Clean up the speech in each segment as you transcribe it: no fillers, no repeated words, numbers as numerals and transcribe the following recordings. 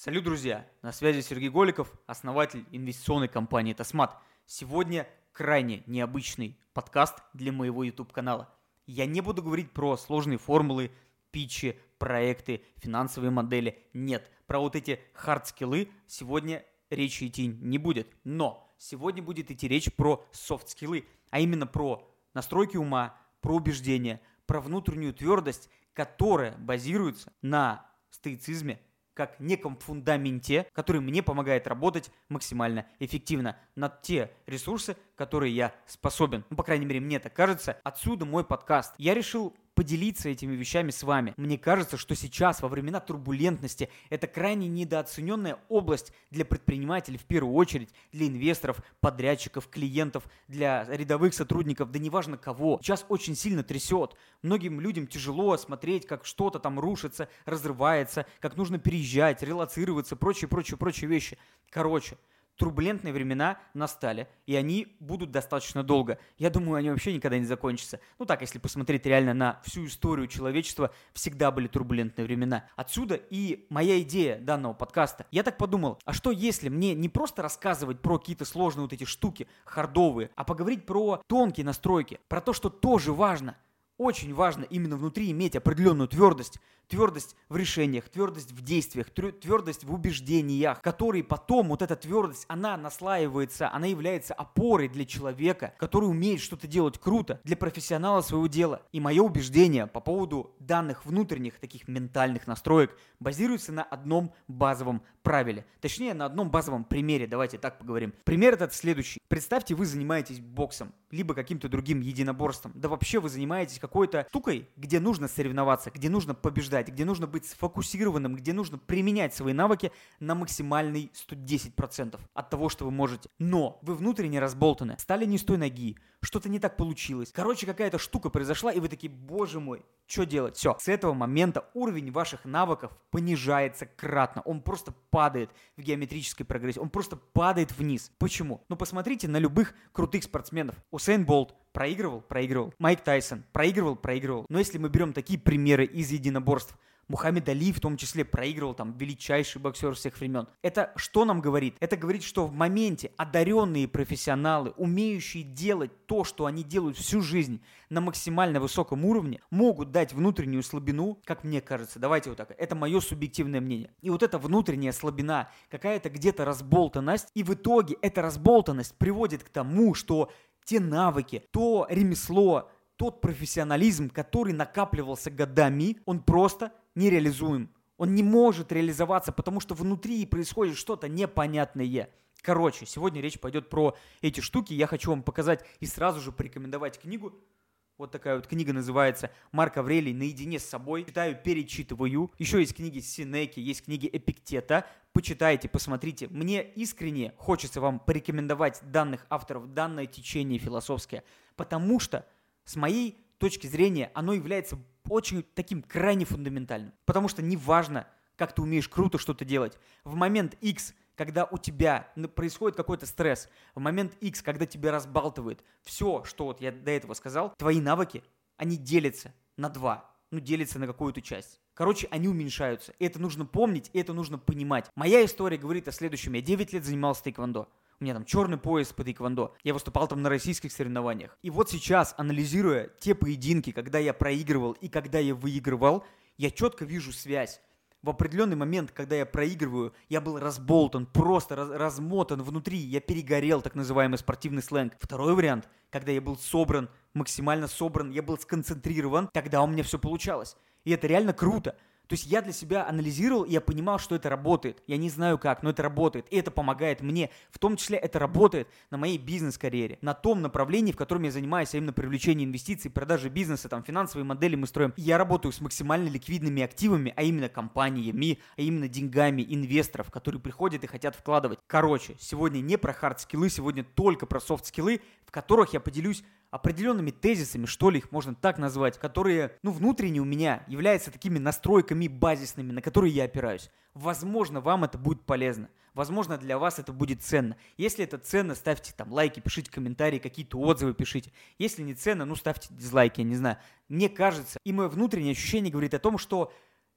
Салют, друзья! На связи Сергей Голиков, основатель инвестиционной компании Тасмат. Сегодня крайне необычный подкаст для моего YouTube-канала. Я не буду говорить про сложные формулы, питчи, проекты, финансовые модели. Нет, про вот эти хард-скиллы сегодня речи идти не будет. Но сегодня будет идти речь про софт-скиллы, а именно про настройки ума, про убеждения, про внутреннюю твердость, которая базируется на стоицизме, как неком фундаменте, который мне помогает работать максимально эффективно на те ресурсы, которые я способен. По крайней мере, мне так кажется. Отсюда мой подкаст. Я решил поделиться этими вещами с вами. Мне кажется, что сейчас, во времена турбулентности, это крайне недооцененная область для предпринимателей в первую очередь, для инвесторов, подрядчиков, клиентов, для рядовых сотрудников, да неважно кого. Сейчас очень сильно трясет. Многим людям тяжело смотреть, как что-то там рушится, разрывается, как нужно переезжать, релоцироваться, прочие вещи. Короче, турбулентные времена настали, и они будут достаточно долго. Я думаю, они вообще никогда не закончатся. Если посмотреть реально на всю историю человечества, всегда были турбулентные времена. Отсюда и моя идея данного подкаста. Я так подумал, а что если мне не просто рассказывать про какие-то сложные вот эти штуки, хардовые, а поговорить про тонкие настройки, про то, что тоже важно. Очень важно именно внутри иметь определенную твердость. Твердость в решениях, твердость в действиях, твердость в убеждениях, которые потом, вот эта твердость, она наслаивается, она является опорой для человека, который умеет что-то делать круто, для профессионала своего дела. И мое убеждение по поводу данных внутренних, таких ментальных настроек, базируется на одном базовом правиле. Точнее, на одном базовом примере, давайте так поговорим. Пример этот следующий. Представьте, вы занимаетесь боксом, либо каким-то другим единоборством. Да вообще вы занимаетесь какой-то штукой, где нужно соревноваться, где нужно побеждать, где нужно быть сфокусированным, где нужно применять свои навыки на максимальный 110% от того, что вы можете. Но вы внутренне разболтаны, стали не с той ноги, что-то не так получилось. Короче, какая-то штука произошла, и вы такие, боже мой, что делать? Все, с этого момента уровень ваших навыков понижается кратно. Он просто падает в геометрической прогрессии, он просто падает вниз. Почему? Посмотрите на любых крутых спортсменов. Усейн Болт проигрывал. Майк Тайсон проигрывал. Но если мы берем такие примеры из единоборств, Мухаммед Али в том числе проигрывал, величайший боксер всех времен. Это что нам говорит? Это говорит, что в моменте одаренные профессионалы, умеющие делать то, что они делают всю жизнь на максимально высоком уровне, могут дать внутреннюю слабину, как мне кажется. Давайте вот так. Это мое субъективное мнение. И вот эта внутренняя слабина, какая-то где-то разболтанность, и в итоге эта разболтанность приводит к тому, что те навыки, то ремесло, тот профессионализм, который накапливался годами, он просто нереализуем. Он не может реализоваться, потому что внутри происходит что-то непонятное. Короче, сегодня речь пойдет про эти штуки. Я хочу вам показать и сразу же порекомендовать книгу. Вот такая вот книга называется «Марк Аврелий наедине с собой». Читаю, перечитываю. Еще есть книги Сенеки, есть книги Эпиктета. Почитайте, посмотрите. Мне искренне хочется вам порекомендовать данных авторов, данное течение философское, потому что с моей точки зрения оно является очень таким крайне фундаментальным. Потому что неважно, как ты умеешь круто что-то делать. В момент X, когда у тебя происходит какой-то стресс, в момент X, когда тебя разбалтывает, все, что вот я до этого сказал, твои навыки, они делятся на два. Делятся на какую-то часть. Короче, они уменьшаются. И это нужно помнить, и это нужно понимать. Моя история говорит о следующем. Я 9 лет занимался тэквондо. У меня черный пояс по тэквондо. Я выступал на российских соревнованиях. И вот сейчас, анализируя те поединки, когда я проигрывал и когда я выигрывал, я четко вижу связь. В определенный момент, когда я проигрываю, я был разболтан, просто размотан внутри, я перегорел, так называемый спортивный сленг. Второй вариант, когда я был собран, максимально собран, я был сконцентрирован, тогда у меня все получалось. И это реально круто. То есть я для себя анализировал, и я понимал, что это работает. Я не знаю как, но это работает. И это помогает мне. В том числе это работает на моей бизнес-карьере. На том направлении, в котором я занимаюсь, а именно привлечение инвестиций, продажи бизнеса, финансовые модели мы строим. И я работаю с максимально ликвидными активами, а именно компаниями, а именно деньгами инвесторов, которые приходят и хотят вкладывать. Короче, сегодня не про хард-скиллы, сегодня только про софт-скиллы, в которых я поделюсь определенными тезисами, что ли их можно так назвать, которые, внутренне у меня являются такими настройками базисными, на которые я опираюсь. Возможно, вам это будет полезно. Возможно, для вас это будет ценно. Если это ценно, ставьте лайки, пишите комментарии, какие-то отзывы пишите. Если не ценно, ставьте дизлайки, я не знаю. Мне кажется, и мое внутреннее ощущение говорит о том, что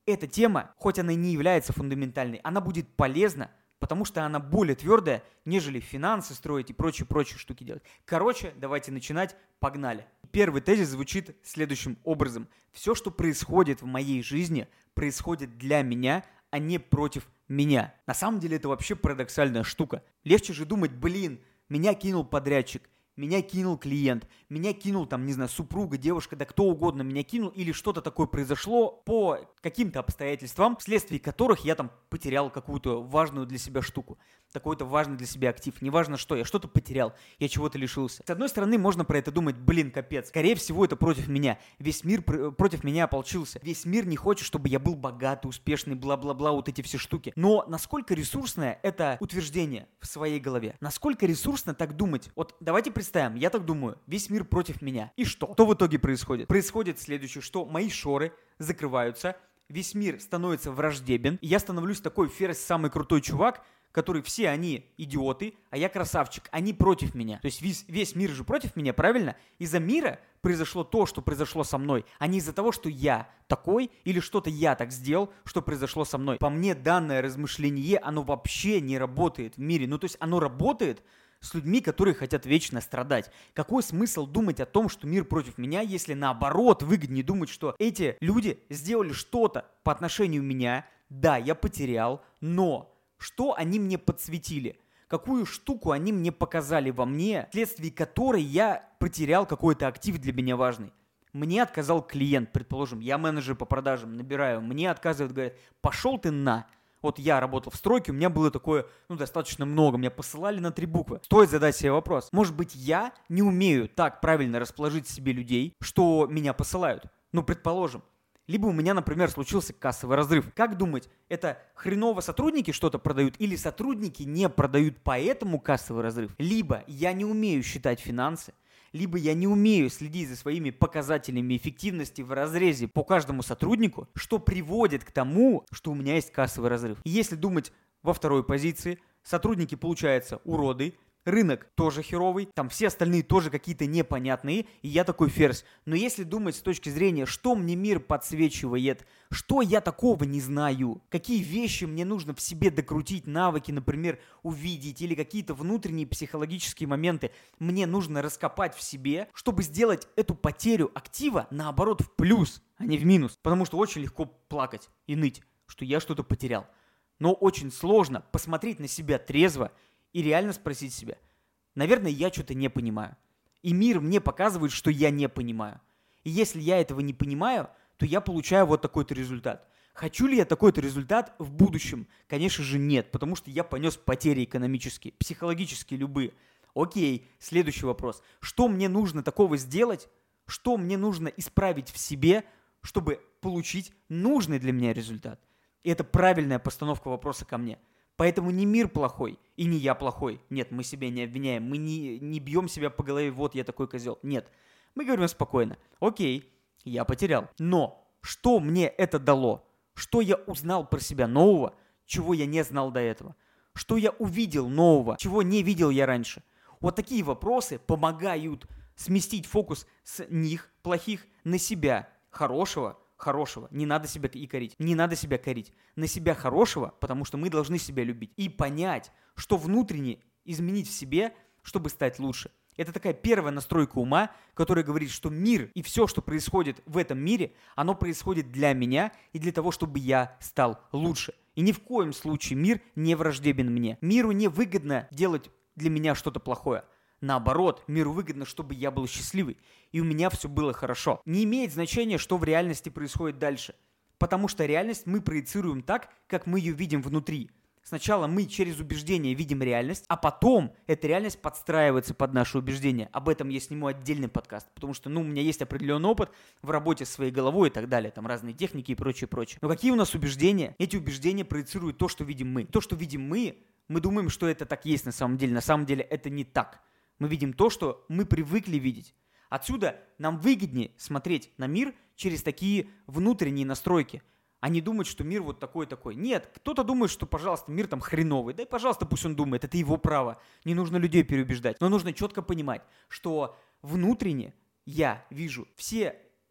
эта тема, хоть она и не является фундаментальной, она будет полезна, потому что она более твердая, нежели финансы строить и прочие штуки делать. Короче, давайте начинать. Погнали. Первый тезис звучит следующим образом. Все, что происходит в моей жизни, происходит для меня, а не против меня. На самом деле это вообще парадоксальная штука. Легче же думать, меня кинул подрядчик, меня кинул клиент, меня кинул, супруга, девушка, да кто угодно меня кинул, или что-то такое произошло по каким-то обстоятельствам, вследствие которых я потерял какую-то важную для себя штуку, какой-то важный для себя актив. Неважно что, я что-то потерял, я чего-то лишился. С одной стороны, можно про это думать, капец, скорее всего, это против меня. Весь мир против меня ополчился. Весь мир не хочет, чтобы я был богатый, успешный, бла-бла-бла, вот эти все штуки. Но насколько ресурсное это утверждение в своей голове? Насколько ресурсно так думать? Вот давайте представим, я так думаю, весь мир против меня. И что? Что в итоге происходит? Происходит следующее, что мои шоры закрываются, весь мир становится враждебен, и я становлюсь такой самый крутой чувак, который все они идиоты, а я красавчик, они против меня. То есть весь мир же против меня, правильно? Из-за мира произошло то, что произошло со мной, а не из-за того, что я такой или что-то я так сделал, что произошло со мной. По мне, данное размышление, оно вообще не работает в мире. То есть оно работает с людьми, которые хотят вечно страдать. Какой смысл думать о том, что мир против меня, если наоборот выгоднее думать, что эти люди сделали что-то по отношению к меня, да, я потерял, но что они мне подсветили? Какую штуку они мне показали во мне, вследствие которой я потерял какой-то актив для меня важный? Мне отказал клиент, предположим, я менеджер по продажам, набираю, мне отказывают, говорят, пошел ты на. Вот я работал в стройке, у меня было такое, достаточно много, меня посылали на 3 буквы. Стоит задать себе вопрос, может быть, я не умею так правильно расположить себе людей, что меня посылают? Предположим. Либо у меня, например, случился кассовый разрыв. Как думать, это хреново сотрудники что-то продают или сотрудники не продают, поэтому кассовый разрыв? Либо я не умею считать финансы, либо я не умею следить за своими показателями эффективности в разрезе по каждому сотруднику, что приводит к тому, что у меня есть кассовый разрыв. И если думать во второй позиции, сотрудники, получается, уроды, рынок тоже херовый, там все остальные тоже какие-то непонятные, и я такой ферзь. Но если думать с точки зрения, что мне мир подсвечивает, что я такого не знаю, какие вещи мне нужно в себе докрутить, навыки, например, увидеть, или какие-то внутренние психологические моменты мне нужно раскопать в себе, чтобы сделать эту потерю актива, наоборот, в плюс, а не в минус. Потому что очень легко плакать и ныть, что я что-то потерял. Но очень сложно посмотреть на себя трезво и реально спросить себя, наверное, я что-то не понимаю. И мир мне показывает, что я не понимаю. И если я этого не понимаю, то я получаю вот такой-то результат. Хочу ли я такой-то результат в будущем? Конечно же нет, потому что я понес потери экономические, психологические, любые. Окей, следующий вопрос. Что мне нужно такого сделать, что мне нужно исправить в себе, чтобы получить нужный для меня результат? И это правильная постановка вопроса ко мне. Поэтому не мир плохой и не я плохой. Нет, мы себя не обвиняем, мы не бьем себя по голове, вот я такой козел. Нет, мы говорим спокойно. Окей, я потерял. Но что мне это дало? Что я узнал про себя нового, чего я не знал до этого? Что я увидел нового, чего не видел я раньше? Вот такие вопросы помогают сместить фокус с них, плохих, на себя, хорошего. Не надо себя и корить. Не надо себя корить. На себя хорошего, потому что мы должны себя любить. И понять, что внутренне изменить в себе, чтобы стать лучше. Это такая первая настройка ума, которая говорит, что мир и все, что происходит в этом мире, оно происходит для меня и для того, чтобы я стал лучше. И ни в коем случае мир не враждебен мне. Миру не выгодно делать для меня что-то плохое. Наоборот, миру выгодно, чтобы я был счастливый, и у меня все было хорошо. Не имеет значения, что в реальности происходит дальше, потому что реальность мы проецируем так, как мы ее видим внутри. Сначала мы через убеждения видим реальность, а потом эта реальность подстраивается под наши убеждения. Об этом я сниму отдельный подкаст, потому что, у меня есть определенный опыт в работе с своей головой и так далее, там разные техники и прочее. Но какие у нас убеждения? Эти убеждения проецируют то, что видим мы. То, что видим мы думаем, что это так есть на самом деле. На самом деле это не так. Мы видим то, что мы привыкли видеть. Отсюда нам выгоднее смотреть на мир через такие внутренние настройки, а не думать, что мир вот такой-такой. Нет, кто-то думает, что, пожалуйста, мир там хреновый. Да и, пожалуйста, пусть он думает, это его право. Не нужно людей переубеждать. Но нужно четко понимать, что внутренне я вижу все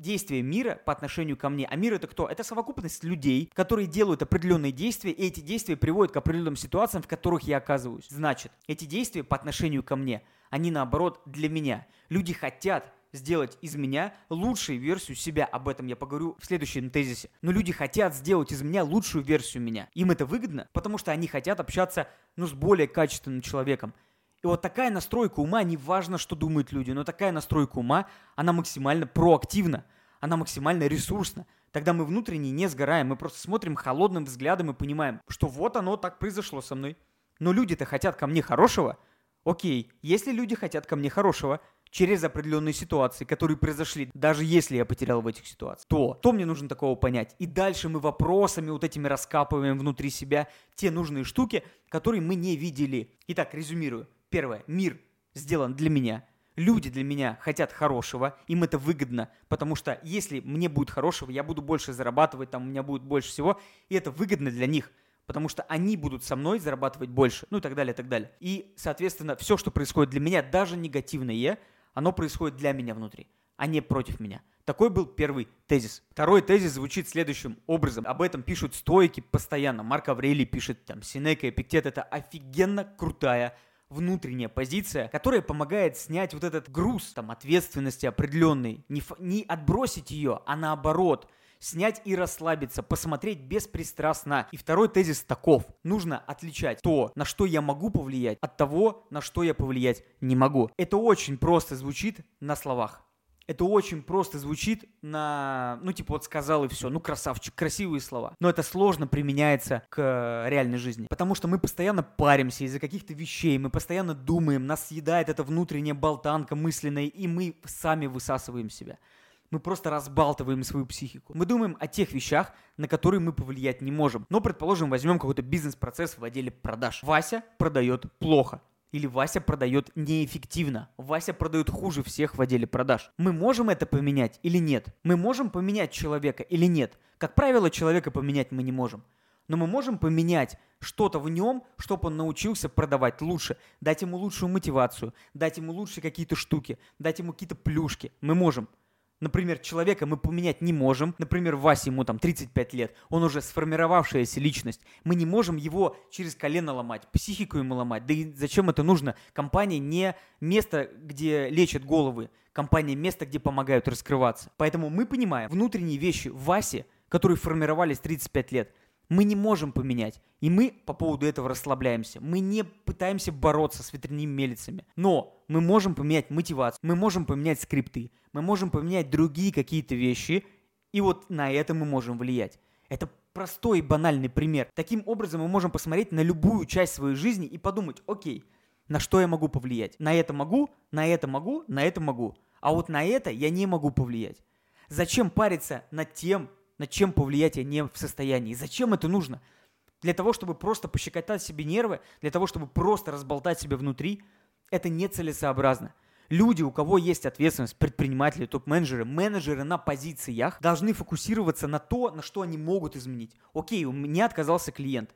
действия мира по отношению ко мне. А мир — это кто? Это совокупность людей, которые делают определенные действия, и эти действия приводят к определенным ситуациям, в которых я оказываюсь. Значит, эти действия по отношению ко мне, они наоборот для меня. Люди хотят сделать из меня лучшую версию себя. Об этом я поговорю в следующем тезисе. Но люди хотят сделать из меня лучшую версию меня. Им это выгодно, потому что они хотят общаться, с более качественным человеком. И вот такая настройка ума, не важно, что думают люди, но такая настройка ума, она максимально проактивна, она максимально ресурсна. Тогда мы внутренне не сгораем, мы просто смотрим холодным взглядом и понимаем, что вот оно так произошло со мной. Но люди-то хотят ко мне хорошего. Окей, если люди хотят ко мне хорошего через определенные ситуации, которые произошли, даже если я потерял в этих ситуациях, то мне нужно такого понять. И дальше мы вопросами вот этими раскапываем внутри себя те нужные штуки, которые мы не видели. Итак, резюмирую. Первое. Мир сделан для меня. Люди для меня хотят хорошего, им это выгодно, потому что если мне будет хорошего, я буду больше зарабатывать, там у меня будет больше всего, и это выгодно для них, потому что они будут со мной зарабатывать больше, и так далее, и так далее. И, соответственно, все, что происходит для меня, даже негативное, оно происходит для меня внутри, а не против меня. Такой был первый тезис. Второй тезис звучит следующим образом. Об этом пишут стоики постоянно. Марк Аврелий пишет, Сенека, Эпиктет. Это офигенно крутая внутренняя позиция, которая помогает снять вот этот груз ответственности определенной. Не отбросить ее, а наоборот, снять и расслабиться, посмотреть беспристрастно. И второй тезис таков. Нужно отличать то, на что я могу повлиять, от того, на что я повлиять не могу. Это очень просто звучит на словах. Это очень просто звучит на, сказал и все, красавчик, красивые слова. Но это сложно применяется к реальной жизни, потому что мы постоянно паримся из-за каких-то вещей, мы постоянно думаем, нас съедает эта внутренняя болтанка мысленная, и мы сами высасываем себя. Мы просто разбалтываем свою психику. Мы думаем о тех вещах, на которые мы повлиять не можем. Но, предположим, возьмем какой-то бизнес-процесс в отделе продаж. Вася продает плохо. Или Вася продает неэффективно. Вася продает хуже всех в отделе продаж. Мы можем это поменять или нет? Мы можем поменять человека или нет? Как правило, человека поменять мы не можем. Но мы можем поменять что-то в нем, чтобы он научился продавать лучше, дать ему лучшую мотивацию, дать ему лучшие какие-то штуки, дать ему какие-то плюшки. Мы можем. Например, человека мы поменять не можем. Например, Васе ему 35 лет. Он уже сформировавшаяся личность. Мы не можем его через колено ломать, психику ему ломать. Да и зачем это нужно? Компания не место, где лечат головы. Компания место, где помогают раскрываться. Поэтому мы понимаем, внутренние вещи в Васе, которые формировались 35 лет, мы не можем поменять. И мы по поводу этого расслабляемся. Мы не пытаемся бороться с ветряными мельницами. Но мы можем поменять мотивацию, мы можем поменять скрипты, мы можем поменять другие какие-то вещи, и вот на это мы можем влиять. Это простой и банальный пример. Таким образом мы можем посмотреть на любую часть своей жизни и подумать, окей, на что я могу повлиять? На это могу, на это могу, на это могу. А вот на это я не могу повлиять. Зачем париться над тем, над чем повлиять я не в состоянии? Зачем это нужно? Для того, чтобы просто пощекотать себе нервы, для того, чтобы просто разболтать себя внутри, это нецелесообразно. Люди, у кого есть ответственность, предприниматели, топ-менеджеры, менеджеры на позициях, должны фокусироваться на то, на что они могут изменить. Окей, у меня отказался клиент.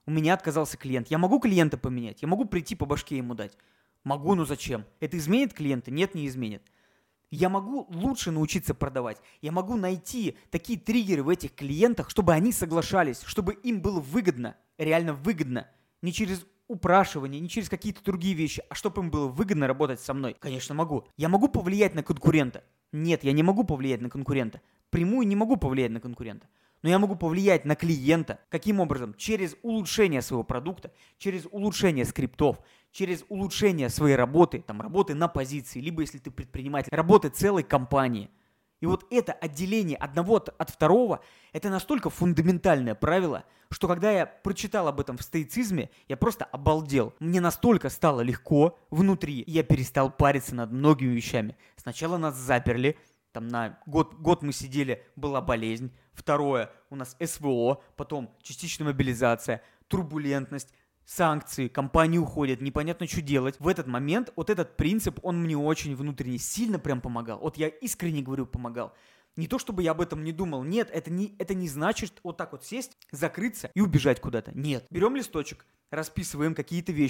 Я могу клиента поменять? Я могу прийти по башке ему дать? Могу, но зачем? Это изменит клиента? Нет, не изменит. Я могу лучше научиться продавать. Я могу найти такие триггеры в этих клиентах, чтобы они соглашались, чтобы им было выгодно, реально выгодно. Не через упрашивание, не через какие-то другие вещи, а чтобы им было выгодно работать со мной. Конечно, могу. Я могу повлиять на конкурента? Нет, я не могу повлиять на конкурента. Прямую не могу повлиять на конкурента. Но я могу повлиять на клиента. Каким образом? Через улучшение своего продукта, через улучшение скриптов, через улучшение своей работы, работы на позиции, либо, если ты предприниматель, работы целой компании. И вот это отделение одного от второго, это настолько фундаментальное правило, что когда я прочитал об этом в стоицизме, я просто обалдел. Мне настолько стало легко внутри, и я перестал париться над многими вещами. Сначала нас заперли, на год мы сидели, была болезнь. Второе, у нас СВО, потом частичная мобилизация, турбулентность, санкции, компании уходят, непонятно, что делать. В этот момент вот этот принцип, он мне очень внутренне сильно прям помогал. Вот я искренне говорю, помогал. Не то, чтобы я об этом не думал. Нет, это не значит вот так вот сесть, закрыться и убежать куда-то. Нет. Берем листочек, расписываем какие-то вещи.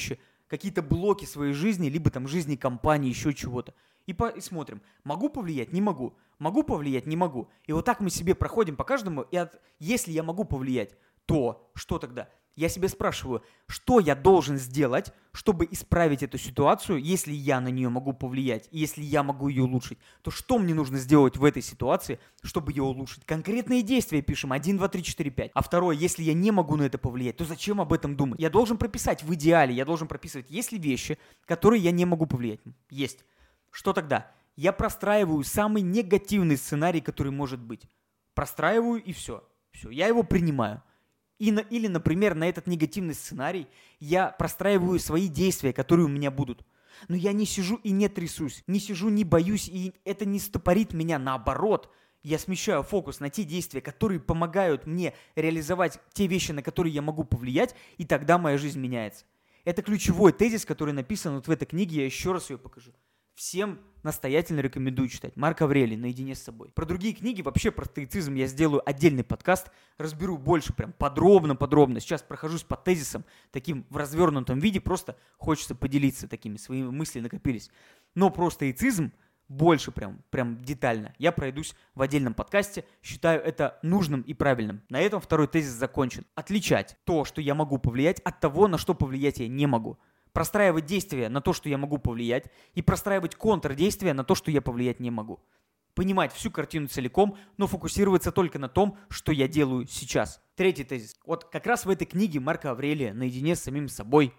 какие-то блоки своей жизни, либо там жизни компании, еще чего-то. И смотрим, могу повлиять, не могу, могу повлиять, не могу. И вот так мы себе проходим по каждому, если я могу повлиять, то что тогда? Я себя спрашиваю, что я должен сделать, чтобы исправить эту ситуацию, если я на нее могу повлиять, и если я могу ее улучшить, то что мне нужно сделать в этой ситуации, чтобы ее улучшить? Конкретные действия пишем, 1, 2, 3, 4, 5. А второе, если я не могу на это повлиять, то зачем об этом думать? Я должен прописать, в идеале, я должен прописывать, есть ли вещи, которые я не могу повлиять. Есть. Что тогда? Я простраиваю самый негативный сценарий, который может быть. Простраиваю и все. Все, я его принимаю. Или, например, на этот негативный сценарий я простраиваю свои действия, которые у меня будут. Но я не сижу и не трясусь, не сижу, не боюсь, и это не стопорит меня. Наоборот, я смещаю фокус на те действия, которые помогают мне реализовать те вещи, на которые я могу повлиять, и тогда моя жизнь меняется. Это ключевой тезис, который написан вот в этой книге, я еще раз ее покажу. Всем настоятельно рекомендую читать. Марк Аврелий «Наедине с собой». Про другие книги, вообще про стоицизм я сделаю отдельный подкаст, разберу больше, прям подробно. Сейчас прохожусь по тезисам, таким в развернутом виде, просто хочется поделиться такими, своими мысли накопились. Но про стоицизм больше прям детально я пройдусь в отдельном подкасте, считаю это нужным и правильным. На этом второй тезис закончен. Отличать то, что я могу повлиять, от того, на что повлиять я не могу. Простраивать действия на то, что я могу повлиять, и простраивать контрдействия на то, что я повлиять не могу. Понимать всю картину целиком, но фокусироваться только на том, что я делаю сейчас. Третий тезис. Вот как раз в этой книге Марка Аврелия «Наедине с самим собой»,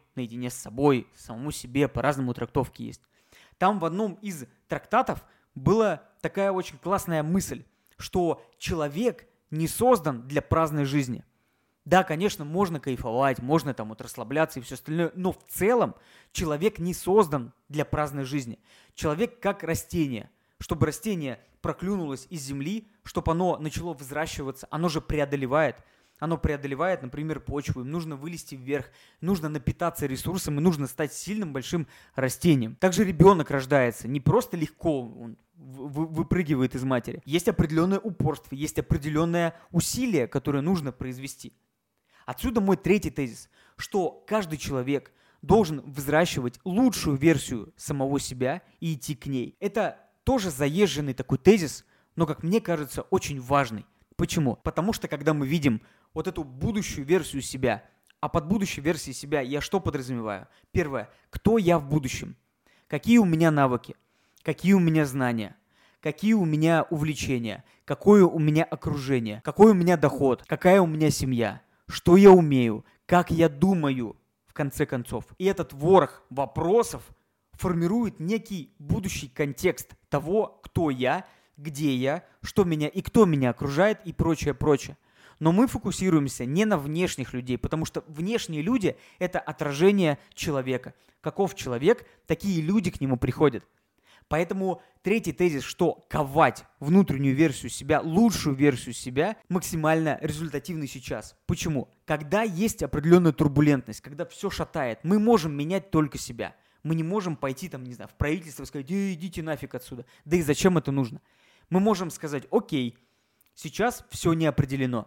самому себе, по-разному трактовки есть. Там в одном из трактатов была такая очень классная мысль, что человек не создан для праздной жизни. Да, конечно, можно кайфовать, можно там вот расслабляться и все остальное, но в целом человек не создан для праздной жизни. Человек как растение. Чтобы растение проклюнулось из земли, чтобы оно начало взращиваться, оно же преодолевает. Оно преодолевает, например, почву, им нужно вылезти вверх, нужно напитаться ресурсом и нужно стать сильным большим растением. Также ребенок рождается не просто легко, он выпрыгивает из матери. Есть определенное упорство, есть определенное усилие, которое нужно произвести. Отсюда мой третий тезис, что каждый человек должен взращивать лучшую версию самого себя и идти к ней. Это тоже заезженный такой тезис, но, как мне кажется, очень важный. Почему? Потому что, когда мы видим вот эту будущую версию себя, а под будущей версией себя я что подразумеваю? Первое, кто я в будущем? Какие у меня навыки? Какие у меня знания? Какие у меня увлечения? Какое у меня окружение? Какой у меня доход? Какая у меня семья? Что я умею? Как я думаю, в конце концов? И этот ворох вопросов формирует некий будущий контекст того, кто я, где я, что меня и кто меня окружает и прочее, прочее. Но мы фокусируемся не на внешних людей, потому что внешние люди – это отражение человека. Каков человек, такие люди к нему приходят. Поэтому третий тезис, что ковать внутреннюю версию себя, лучшую версию себя, максимально результативный сейчас. Почему? Когда есть определенная турбулентность, когда все шатает, мы можем менять только себя. Мы не можем пойти там, не знаю, в правительство и сказать: идите нафиг отсюда. Да и зачем это нужно? Мы можем сказать: окей, сейчас все не определено.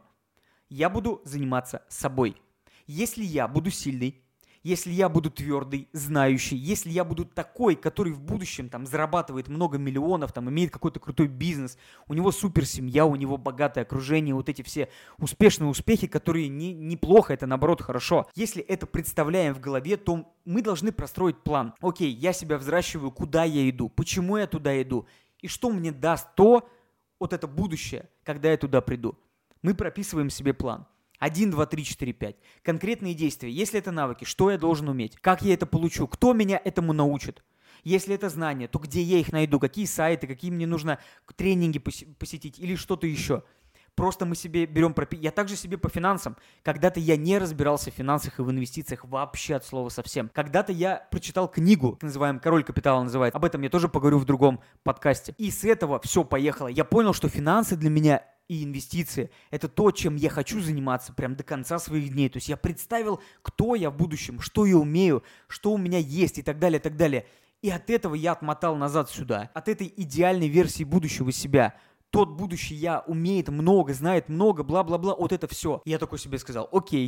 Я буду заниматься собой. Если я буду сильный, если я буду твердый, знающий, если я буду такой, который в будущем там зарабатывает много миллионов, там имеет какой-то крутой бизнес, у него супер семья, у него богатое окружение, вот эти все успешные успехи, которые неплохо, это наоборот хорошо. Если это представляем в голове, то мы должны простроить план. Окей, я себя взращиваю, куда я иду, почему я туда иду, и что мне даст вот это будущее, когда я туда приду. Мы прописываем себе план. 1, 2, 3, 4, 5. Конкретные действия. Если это навыки, что я должен уметь? Как я это получу? Кто меня этому научит? Если это знания, то где я их найду? Какие сайты? Какие мне нужно тренинги посетить? Или что-то еще? Просто мы себе берем... Я также себе по финансам. Когда-то я не разбирался в финансах и в инвестициях вообще от слова совсем. Когда-то я прочитал книгу, называем «Король капитала» называется. Об этом я тоже поговорю в другом подкасте. И с этого все поехало. Я понял, что финансы для меня и инвестиции – это то, чем я хочу заниматься прям до конца своих дней. То есть я представил, кто я в будущем, что я умею, что у меня есть и так далее, и так далее. И от этого я отмотал назад сюда. От этой идеальной версии будущего себя. Тот будущий я умеет много, знает много, бла-бла-бла, вот это все. И я такой себе сказал: окей,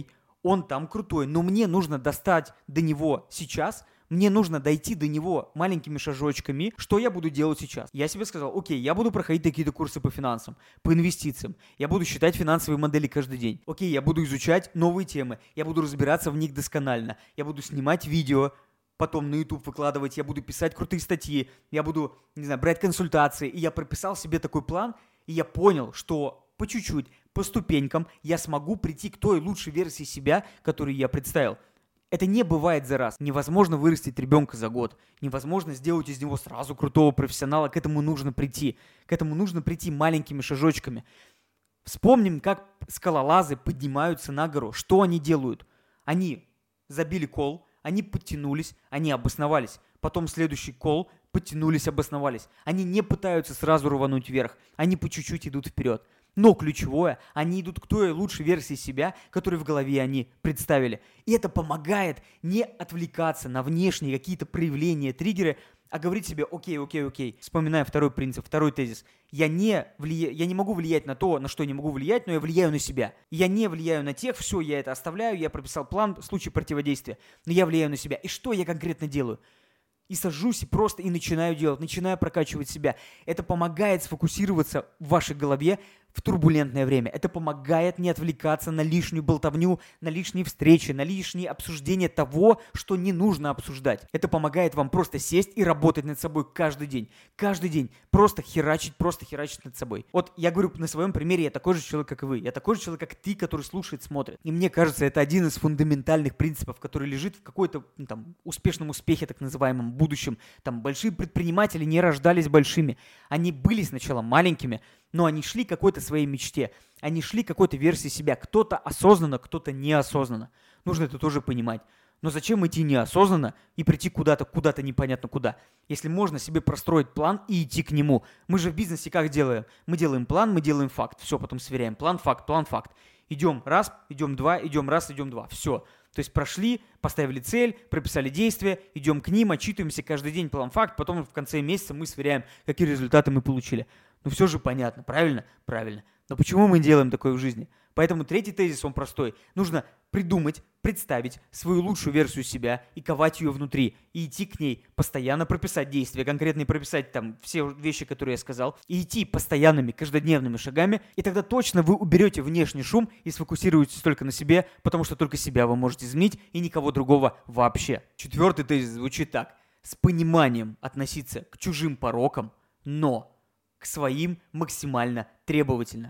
он там крутой, но мне нужно достать до него сейчас, мне нужно дойти до него маленькими шажочками. Что я буду делать сейчас? Я себе сказал, окей, я буду проходить какие-то курсы по финансам, по инвестициям. Я буду считать финансовые модели каждый день. Окей, я буду изучать новые темы. Я буду разбираться в них досконально. Я буду снимать видео, потом на YouTube выкладывать. Я буду писать крутые статьи. Я буду, не знаю, брать консультации. И я прописал себе такой план, и я понял, что по чуть-чуть, по ступенькам я смогу прийти к той лучшей версии себя, которую я представил. Это не бывает за раз. Невозможно вырастить ребенка за год. Невозможно сделать из него сразу крутого профессионала. К этому нужно прийти. К этому нужно прийти маленькими шажочками. Вспомним, как скалолазы поднимаются на гору. Что они делают? Они забили кол, они подтянулись, они обосновались. Потом следующий кол, подтянулись, обосновались. Они не пытаются сразу рвануть вверх. Они по чуть-чуть идут вперед. Но ключевое, они идут к той лучшей версии себя, которую в голове они представили. И это помогает не отвлекаться на внешние какие-то проявления, триггеры, а говорить себе, окей. Вспоминая второй принцип, второй тезис. Я не могу влиять на то, на что не могу влиять, но я влияю на себя. Я не влияю на тех, все, я это оставляю, я прописал план в случае противодействия, но я влияю на себя. И что я конкретно делаю? И сажусь и просто начинаю делать, начинаю прокачивать себя. Это помогает сфокусироваться в вашей голове в турбулентное время. Это помогает не отвлекаться на лишнюю болтовню, на лишние встречи, на лишние обсуждения того, что не нужно обсуждать. Это помогает вам просто сесть и работать над собой каждый день. Каждый день. Просто херачить над собой. Вот я говорю на своем примере, я такой же человек, как и вы. Я такой же человек, как ты, который слушает, смотрит. И мне кажется, это один из фундаментальных принципов, который лежит в какой-то успешном успехе, так называемом, будущем. Большие предприниматели не рождались большими. Они были сначала маленькими, но они шли к какой-то своей мечте. Они шли к какой-то версии себя. Кто-то осознанно, кто-то неосознанно. Нужно это тоже понимать. Но зачем идти неосознанно и прийти куда-то непонятно куда? Если можно себе простроить план и идти к нему. Мы же в бизнесе как делаем? Мы делаем план, мы делаем факт. Все, потом сверяем. План, факт. Идем раз, идем два, идем раз, идем два. Все. То есть прошли, поставили цель, прописали действия, идем к ним, отчитываемся каждый день план, факт. Потом в конце месяца мы сверяем, какие результаты мы получили. Ну все же понятно, правильно? Правильно. Но почему мы делаем такое в жизни? Поэтому третий тезис, он простой. Нужно придумать, представить свою лучшую версию себя и ковать ее внутри. И идти к ней, постоянно прописать действия, конкретно прописать все вещи, которые я сказал. И идти постоянными, каждодневными шагами. И тогда точно вы уберете внешний шум и сфокусируетесь только на себе, потому что только себя вы можете изменить и никого другого вообще. Четвертый тезис звучит так. С пониманием относиться к чужим порокам, но к своим максимально требовательно.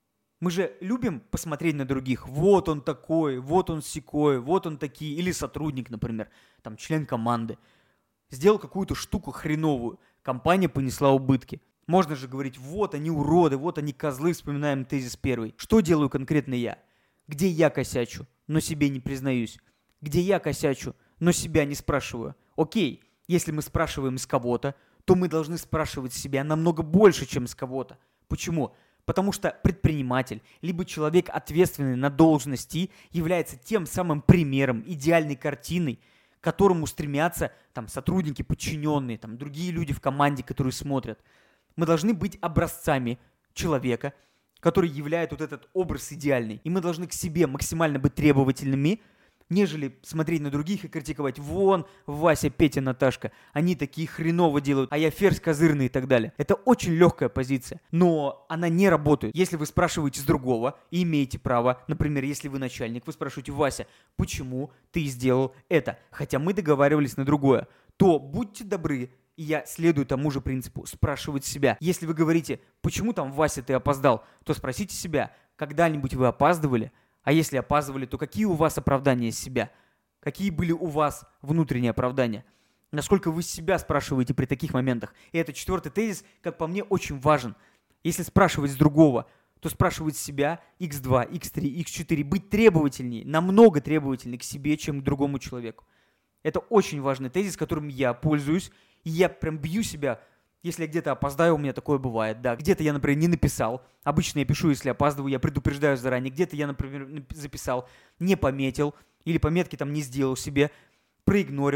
Мы же любим посмотреть на других. Вот он такой, вот он сякой, вот он такие. Или сотрудник, например, член команды. Сделал какую-то штуку хреновую. Компания понесла убытки. Можно же говорить, вот они уроды, вот они козлы, вспоминаем тезис первый. Что делаю конкретно я? Где я косячу, но себе не признаюсь? Где я косячу, но себя не спрашиваю? Окей, если мы спрашиваем с кого-то, то мы должны спрашивать себя намного больше, чем с кого-то. Почему? Потому что предприниматель, либо человек, ответственный на должности, является тем самым примером, идеальной картиной, к которому стремятся сотрудники, подчиненные, другие люди в команде, которые смотрят. Мы должны быть образцами человека, который являет вот этот образ идеальный. И мы должны к себе максимально быть требовательными, нежели смотреть на других и критиковать. Вон, Вася, Петя, Наташка, они такие хреново делают, а я ферзь козырный и так далее. Это очень легкая позиция, но она не работает. Если вы спрашиваете с другого и имеете право, например, если вы начальник, вы спрашиваете: Вася, почему ты сделал это? Хотя мы договаривались на другое. То будьте добры, и я следую тому же принципу, спрашивать себя. Если вы говорите: почему Вася, ты опоздал, то спросите себя: когда-нибудь вы опаздывали? А если опаздывали, то какие у вас оправдания себя? Какие были у вас внутренние оправдания? Насколько вы себя спрашиваете при таких моментах? И это четвертый тезис, как по мне, очень важен. Если спрашивать с другого, то спрашивать себя x2, x3, x4. Быть требовательнее, намного требовательнее к себе, чем к другому человеку. Это очень важный тезис, которым я пользуюсь. И я прям бью себя. Если я где-то опоздаю, у меня такое бывает, да. Где-то я, например, не написал. Обычно я пишу, если опаздываю, я предупреждаю заранее. Где-то я, например, записал, не пометил. Или пометки не сделал себе, проигнорил,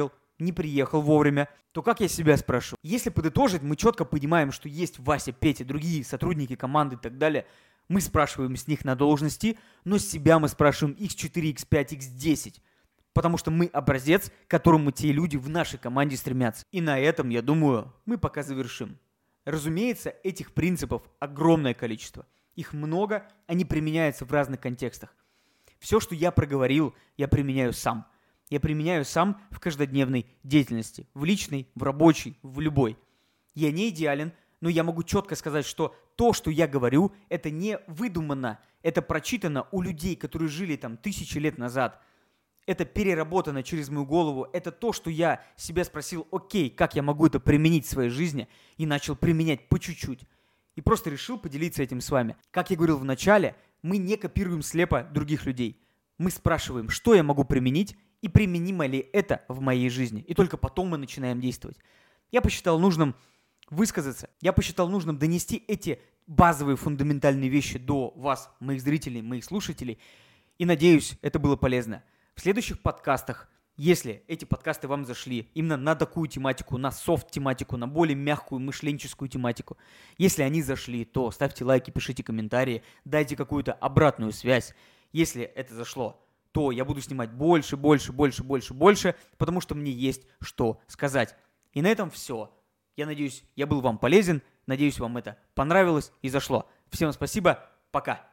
не приехал вовремя, то как я себя спрошу? Если подытожить, мы четко понимаем, что есть Вася, Петя, другие сотрудники команды и так далее. Мы спрашиваем с них на должности, но с себя мы спрашиваем x4, x5, x10. Потому что мы образец, к которому те люди в нашей команде стремятся. И на этом, я думаю, мы пока завершим. Разумеется, этих принципов огромное количество. Их много, они применяются в разных контекстах. Все, что я проговорил, я применяю сам. Я применяю сам в каждодневной деятельности. В личной, в рабочей, в любой. Я не идеален, но я могу четко сказать, что то, что я говорю, это не выдумано. Это прочитано у людей, которые жили там тысячи лет назад. Это переработано через мою голову. Это то, что я себя спросил, окей, как я могу это применить в своей жизни, и начал применять по чуть-чуть. И просто решил поделиться этим с вами. Как я говорил в начале, мы не копируем слепо других людей. Мы спрашиваем, что я могу применить, и применимо ли это в моей жизни. И только потом мы начинаем действовать. Я посчитал нужным высказаться. Я посчитал нужным донести эти базовые фундаментальные вещи до вас, моих зрителей, моих слушателей. И надеюсь, это было полезно. В следующих подкастах, если эти подкасты вам зашли именно на такую тематику, на софт-тематику, на более мягкую мышленческую тематику, если они зашли, то ставьте лайки, пишите комментарии, дайте какую-то обратную связь. Если это зашло, то я буду снимать больше, потому что мне есть что сказать. И на этом все. Я надеюсь, я был вам полезен, надеюсь, вам это понравилось и зашло. Всем спасибо, пока.